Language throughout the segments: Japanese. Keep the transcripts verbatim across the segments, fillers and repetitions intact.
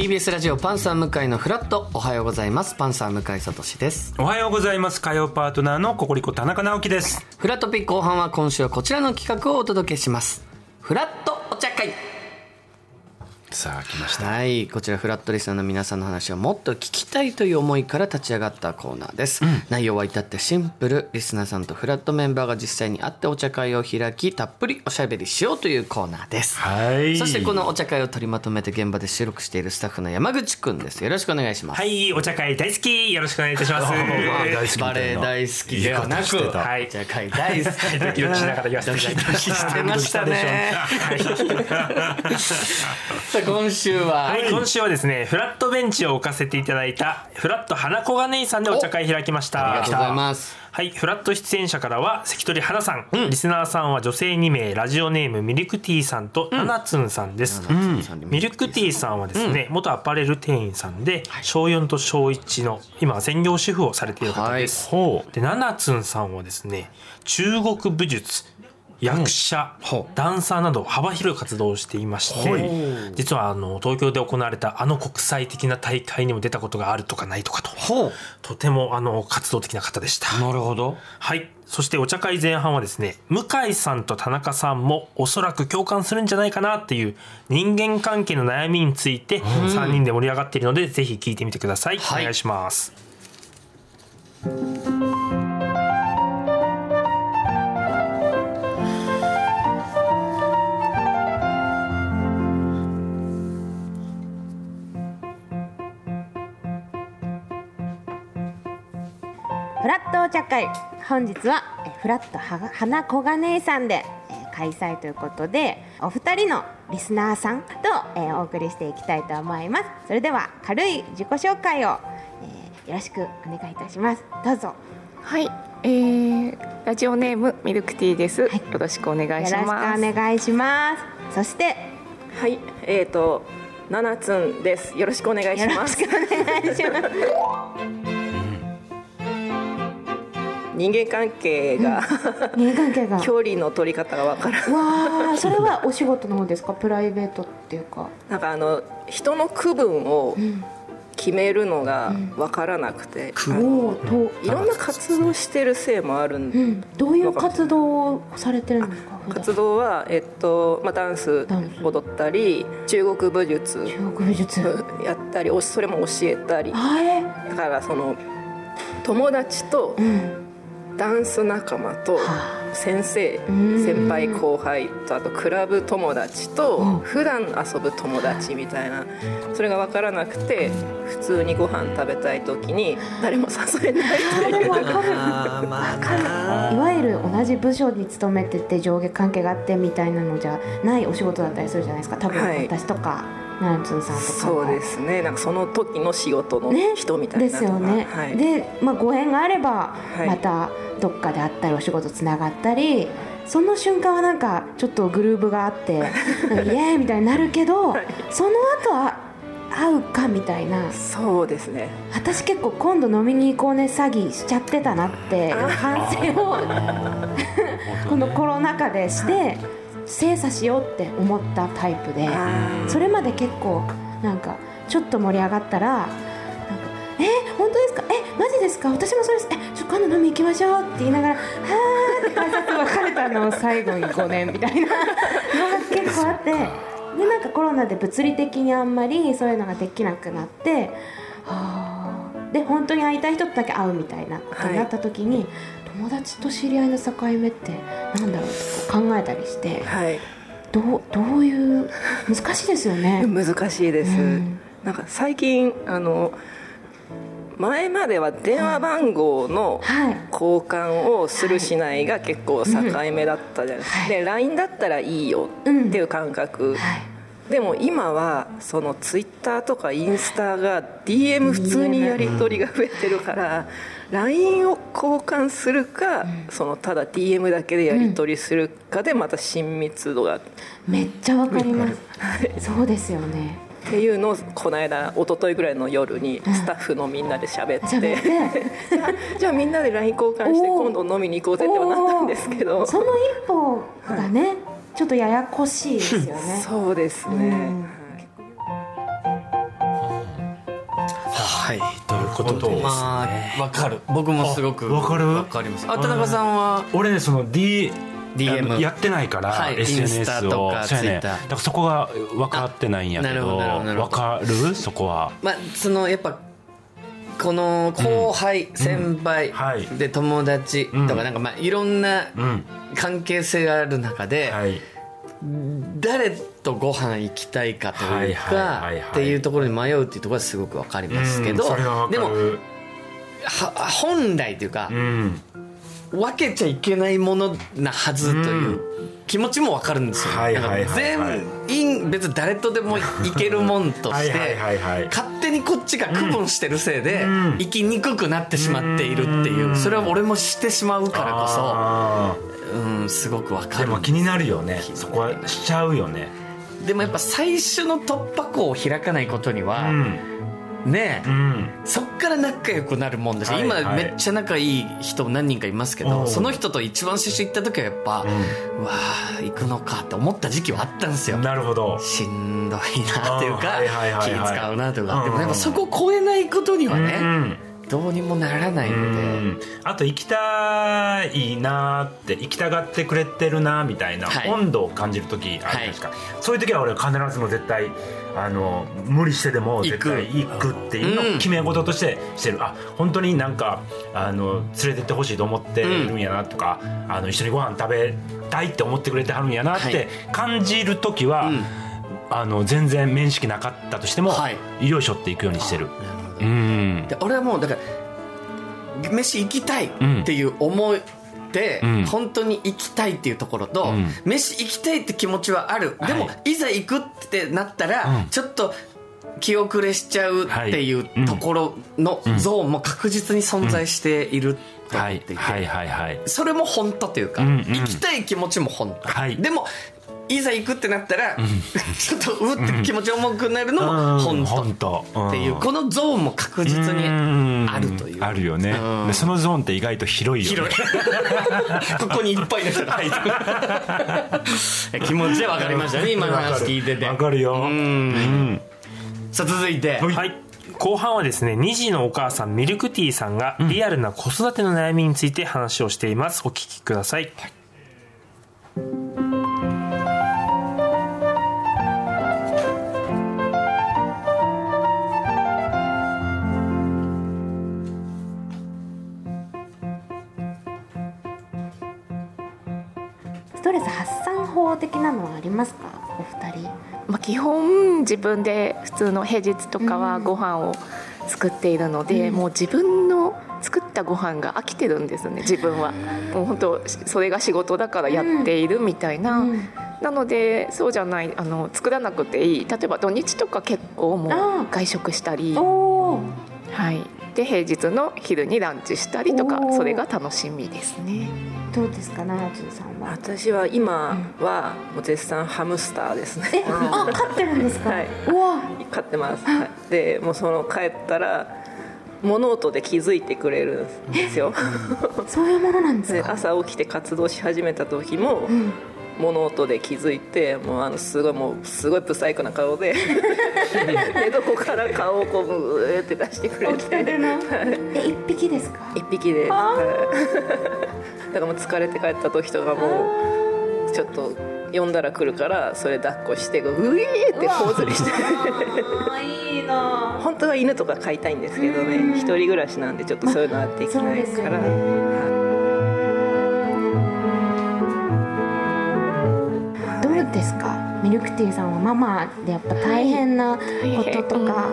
ティービーエス ラジオパンサー向井のフラット。おはようございます。パンサー向井聡です。 おはようございます。火曜パートナーのココリコ田中直樹です。 フラットピック後半は今週はこちらの企画をお届けします。フラットお茶会。 さあ来ました。 はい、こちらフラットリスナーの皆さんの話をもっと聞きたいという思いから立ち上がったコーナーです、うん、内容は至ってシンプル。リスナーさんとフラットメンバーが実際に会ってお茶会を開き、たっぷりおしゃべりしようというコーナーです。 はい。 そしてこのお茶会を取りまとめて現場で収録しているスタッフの山口くんです。よろしくお願いします。 はい、お茶会大好き。よろしくお願いいたします。 バレー大好きではなく、はい、お茶会大好き。 ドキドキしながら言わせていただきました。 してましたね。さあ今週ははい、今週はですね、フラットベンチを置かせていただいたフラット花子が姉さんでお茶会開きました。 ありがとうございます。 はい、フラット出演者からは関取花さん、うん、リスナーさんは女性に名、ラジオネームミルクティーさんとナナツンさんです、うん、ミルクティーさんはですね、うん、元アパレル店員さんで、はい、小よんと小いちの今専業主婦をされている方です、はい、でナナツンさんはですね、中国武術、役者、うん、ダンサーなど幅広い活動をしていまして、実はあの東京で行われたあの国際的な大会にも出たことがあるとかないとかと、とてもあの活動的な方でした。 なるほど。 はい。そしてお茶会前半はですね、向井さんと田中さんもおそらく共感するんじゃないかなっていう人間関係の悩みについてさんにんで盛り上がっているので、ぜひ聞いてみてください、はい、お願いします。 フラットお茶会、本日はフラット花子が姉さんで開催ということで、お二人のリスナーさんとお送りしていきたいと思います。それでは軽い自己紹介をよろしくお願いいたします。どうぞ。 はい、えー、ラジオネームミルクティーです、はい、よろしくお願いします。 よろしくお願いします。そしてはい、えーとナナツンです。よろしくお願いします。 よろしくお願いします。 人間関係が、 うん、人間関係が距離の取り方がわからない。 わあ、それはお仕事の方ですか、プライベートっていうか。 なんかあの人の区分を決めるのがわからなくて、 うん、おといろんな活動してるせいもあるんで、うん、 どういう活動をされてるんですか。 活動は、えっとまあ、ダンス踊ったり、中国武術中国武術やったり、それも教えたり、だからその友達と、うんダンス仲間と先生、先輩後輩と、あとクラブ友達と普段遊ぶ友達みたいな、それが分からなくて、普通にご飯食べたい時に誰も誘えないっていう。分かるいわゆる同じ部署に勤めてて上下関係があってみたいなのじゃないお仕事だったりするじゃないですか、多分私とか、はいナナツンさんとか。 そうですね、なんかその時の仕事の人みたいな、 ね、ですよね、はい、で、まあ、ご縁があればまたどっかで会ったりお仕事つながったり、その瞬間はなんかちょっとグルーヴがあってイエーイみたいになるけど、はい、その後は会うかみたいな。 そうですね、 私結構今度飲みに行こうね詐欺しちゃってたなって反省をこのコロナ禍でして精査しようって思ったタイプで、それまで結構なんかちょっと盛り上がったらなんかえ本当ですか、えマジですか、私もそれです、えちょっと今度飲み行きましょうって言いながらはーって挨拶別れたのを最後にごねんみたいなのが結構あって、でなんかコロナで物理的にあんまりそういうのができなくなって、はで本当に会いたい人とだけ会うみたいなことになった時に、はい、友達と知り合いの境目ってなんだろうって考えたりして、はい、どう、どういう難しいですよね。 難しいです、うん、なんか最近あの前までは電話番号の交換をするしないが結構境目だったじゃないですか、はい、で ライン だったらいいよっていう感覚、うんはい、でも今はそのツイッターとかインスタが ディーエム 普通にやり取りが増えてるから、ライン を交換するか、そのただ ディーエム だけでやり取りするかでまた親密度が、 めっちゃわかります、そうですよねっていうのをこの間一昨日ぐらいの夜にスタッフのみんなで喋って、うん、じゃあ、じゃあみんなで ライン 交換して今度飲みに行こうぜってなったんですけど、 その一歩がね、はい、ちょっとややこしいですよねそうですね、うん、 はい、 ということでですね、 まあわかる、僕もすごくわかるわかります。あ、田中さんは俺ねその D ディーエムやってないから、 はい、 エスエヌエス をインスタとかそうやね、 Twitter だからそこが分かってないんやけど、 なるほどなるほどなるほど分かるそこは。 まあそのやっぱこの後輩、うん、先輩、うんはい、で友達とか、うん、なんかまあいろんな関係性がある中で、うんはい、誰とご飯行きたいかというかっていうところに迷うっていうところはすごく分かりますけど、うん、でもは本来というか、うん、分けちゃいけないものなはずという気持ちも分かるんですよ、ね、だから全員別に誰とでもいけるもんとして勝手にこっちが区分してるせいで生きにくくなってしまっているっていう、それは俺もしてしまうからこそ、うん、すごく分かる。 でも気になるよね、そこはしちゃうよね。 でもやっぱ最初の突破口を開かないことには、うんねえ、うん、そっから仲良くなるもんだし、はいはい、今めっちゃ仲いい人何人かいますけど、その人と一番最初行った時はやっぱ、うん、うわー行くのかって思った時期はあったんですよ。なるほど。しんどいなっていうか、はいはいはいはい、気使うなというか、うん、でもやっぱそこを超えないことにはね、うん、どうにもならないので、うん、 あと行きたいなって行きたがってくれてるなみたいな、はい、温度を感じる時あるじゃないですか、はい、そういう時は俺は必ずも絶対あの無理してでも絶対行くっていうのを決め事としてしてる、うん、あ本当になんかあの連れてってほしいと思ってるんやなとか、うん、あの一緒にご飯食べたいって思ってくれてはるんやなって感じる時は、はいうん、あの全然面識なかったとしても、はい、よいしょって行くようにしてる。うん、 で俺はもうだから飯行きたいっていう思いで、うん、本当に行きたいっていうところと、うん、飯行きたいって気持ちはある、はい、でもいざ行くってなったら、うん、ちょっと気遅れしちゃうっていうところのゾーンも確実に存在していると思っていて、それも本当というか、うんうん、行きたい気持ちも本当、はい、でもいざ行くってなったら、うん、ちょっとうって気持ち重くなるのも本当っていう、このゾーンも確実にあるという。 あるよね。でそのゾーンって意外と広いよね。広いここにいっぱいの人が入ってる気持ちは分かりましたね、今の話聞いてて。 分かるよ。うん、 さあ続いて、 はいはい、 後半はですね、に児のお母さんミルクティーさんがリアルな子育ての悩みについて話をしています。お聞きください。はい、 ストレス発散法的なのはありますか、お二人。 まあ、基本自分で普通の平日とかはご飯を作っているので、うん、もう自分の作ったご飯が飽きてるんですね、自分は。もう本当それが仕事だからやっているみたいな、うん、なのでそうじゃない、あの作らなくていい、例えば土日とか結構もう外食したり、はい、で平日の昼にランチしたりとか、それが楽しみですね。 どうですか、奈々さんは。 私は今はもう絶賛ハムスターですね。 え、あ、飼ってるんですか。はい、うわ飼ってます、はい、でもうその帰ったら物音で気づいてくれるんですよ。 そういうものなんですか。 朝起きて活動し始めた時も、うん、物音で気づいて、もうあのすごいもうすごいブサイクな顔で寝床から顔をこうブーって出してくれて。 え、一匹ですか。 一匹で、はい、だからもう疲れて帰った時とかもちょっと呼んだら来るから、それ抱っこしてういーって頬ずりしていいな。本当は犬とか飼いたいんですけどね、一人暮らしなんでちょっとそういうのはできないから、 どうですか、ミルクティーさんはママでやっぱ大変なこととか。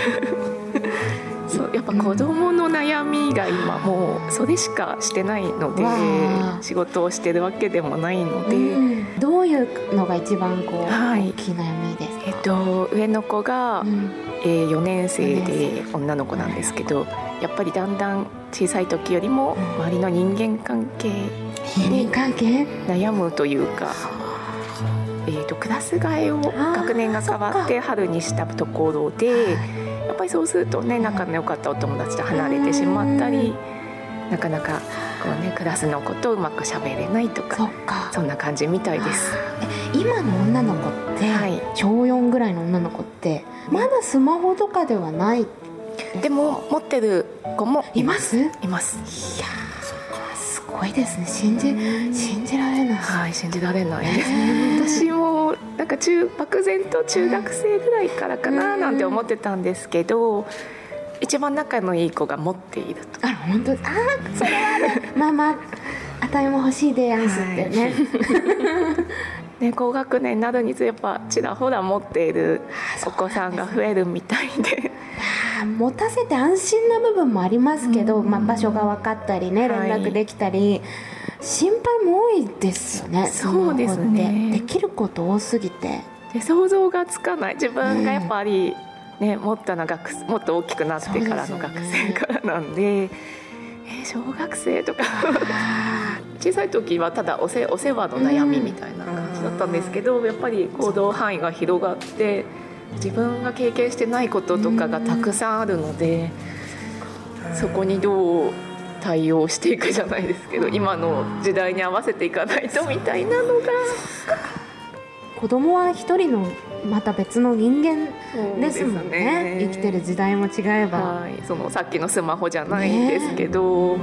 そうやっぱ子供の悩みが今もうそれしかしてないので、仕事をしてるわけでもないので、うん、 どういうのが一番こう、はい、大きい悩みですか。 えっと、上の子が、うんえー、よねん生で女の子なんですけど、やっぱりだんだん小さい時よりも周りの人間関係に悩むというか、えー、とクラス替えを学年が変わって春にしたところで、やっぱりそうするとね、仲の良かったお友達と離れてしまったり、なかなかこう、ね、クラスの子とうまく喋れないとか、 そっか、そんな感じみたいです。 今の女の子って、はい、ちょうよんぐらいの女の子ってまだスマホとかではない。 でも持ってる子もいますいます。 いやすごいですね。信じ信じられない。 はい、信じられないです私もなんか中漠然と中学生ぐらいからかななんて思ってたんですけど、一番仲のいい子が持っていると。 あ、本当。あ、それはあるママあたいも欲しいでやんすってね、 はいね、高学年などにやっぱちらほら持っているお子さんが増えるみたいで、 持たせて安心な部分もありますけど、うん、まあ、場所が分かったりね、連絡できたり、はい、心配も多いですよね。 そうですね。 できること多すぎてで想像がつかない。自分がやっぱり、ね、もっとな学もっと大きくなってからの学生からなんで、えー、小学生とか小さい時はただおせ、お世話の悩みみたいな感じだったんですけど、やっぱり行動範囲が広がって自分が経験してないこととかがたくさんあるので、そこにどう対応していくじゃないですけど、今の時代に合わせていかないとみたいなのが。 子供は一人のまた別の人間ですもん ね, ね生きてる時代も違えば、 はい、そのさっきのスマホじゃないんですけど、ね、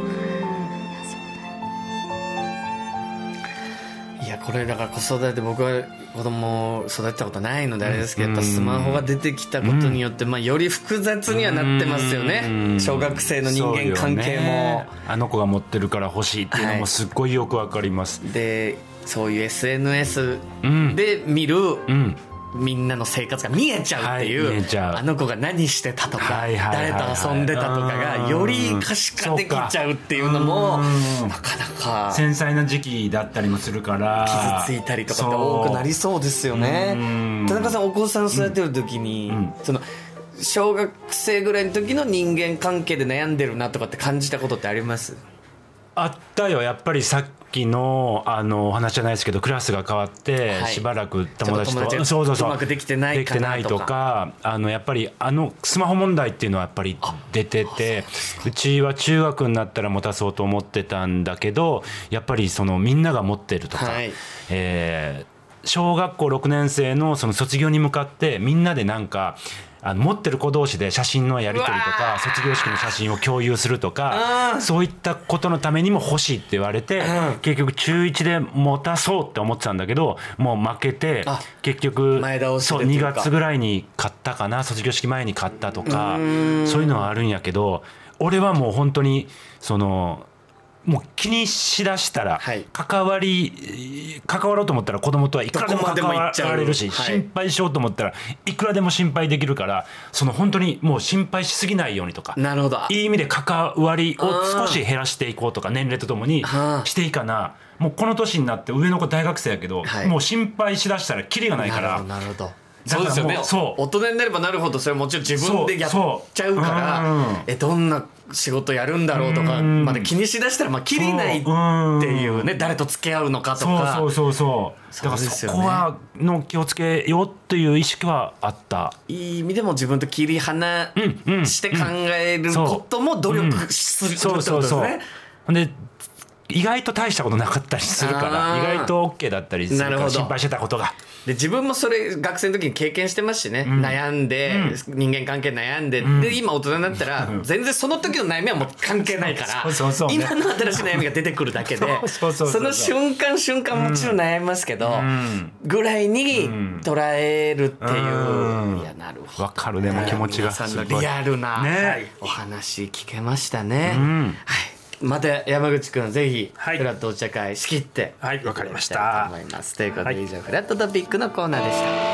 いやこれだから子育て、僕は子供を育てたことないのであれですけど、やっぱスマホが出てきたことによって、まあ、より複雑にはなってますよね。小学生の人間関係も、ね、 あの子が持ってるから欲しいっていうのもすっごいよくわかります、 はい、でそういう エスエヌエス で見る、うんうんみんなの生活が見えちゃうっていう、はい、見えちゃう。あの子が何してたとか、はいはいはいはい、誰と遊んでたとかがより可視化できちゃうっていうのもなかなか繊細な時期だったりもするから傷ついたりとかって多くなりそうですよね。田中さんお子さん育てる時に、うん、その小学生ぐらいの時の人間関係で悩んでるなとかって感じたことってあります？ あったよ。やっぱりさっきのあのお話じゃないですけど、クラスが変わってしばらく友達と、はい、そうそうそううまくできてないかなとか、 とかあのやっぱりあのスマホ問題っていうのはやっぱり出てて、うちは中学になったら持たそうと思ってたんだけど、やっぱりそのみんなが持ってるとか、はい、えー、小学校ろくねん生のその卒業に向かってみんなでなんかあの持ってる子同士で写真のやり取りとか卒業式の写真を共有するとか、そういったことのためにも欲しいって言われて、結局中いちで持たそうって思ってたんだけど、もう負けて結局前倒しでそうにがつぐらいに買ったかな、卒業式前に買ったとか、そういうのはあるんやけど、俺はもう本当にそのもう気にしだしたら関わり関わろうと思ったら子供とはいくらでも関わられるし、心配しようと思ったらいくらでも心配できるから、その本当にもう心配しすぎないようにとか、 なるほど、 いい意味で関わりを少し減らしていこうとか、年齢とともにしていいかな。もうこの年になって上の子大学生やけど、もう心配しだしたらキリがないから。 なるほど。そうですよね。大人になればなるほどそれはもちろん自分でやっちゃうから、うん、えどんな仕事やるんだろうとかまで気にしだしたらまあキリないっていうね、誰と付き合うのかとか、 そうそうそうそう、だからそこはの気をつけようっていう意識はあった。 いい意味でも自分と切り離して考えることも努力するってことですね。 で意外と大したことなかったりするから、意外と OK だったりするから心配してたことが。 で自分もそれ学生の時に経験してますしね、うん、悩んで、うん、人間関係悩んで、うん、で今大人になったら、うん、全然その時の悩みはもう関係ないから、そうそうそう、ね、今の新しい悩みが出てくるだけでその瞬間瞬間もちろん悩みますけど、うん、ぐらいに捉えるっていう、うん、いやなるほど、 分かる。でも気持ちが皆さんのリアルな、ね、お話聞けましたね、うん、はい。また山口くんぜひフラットお茶会仕切ってはい、わかりました。 ということで以上フラットトピックのコーナーでした。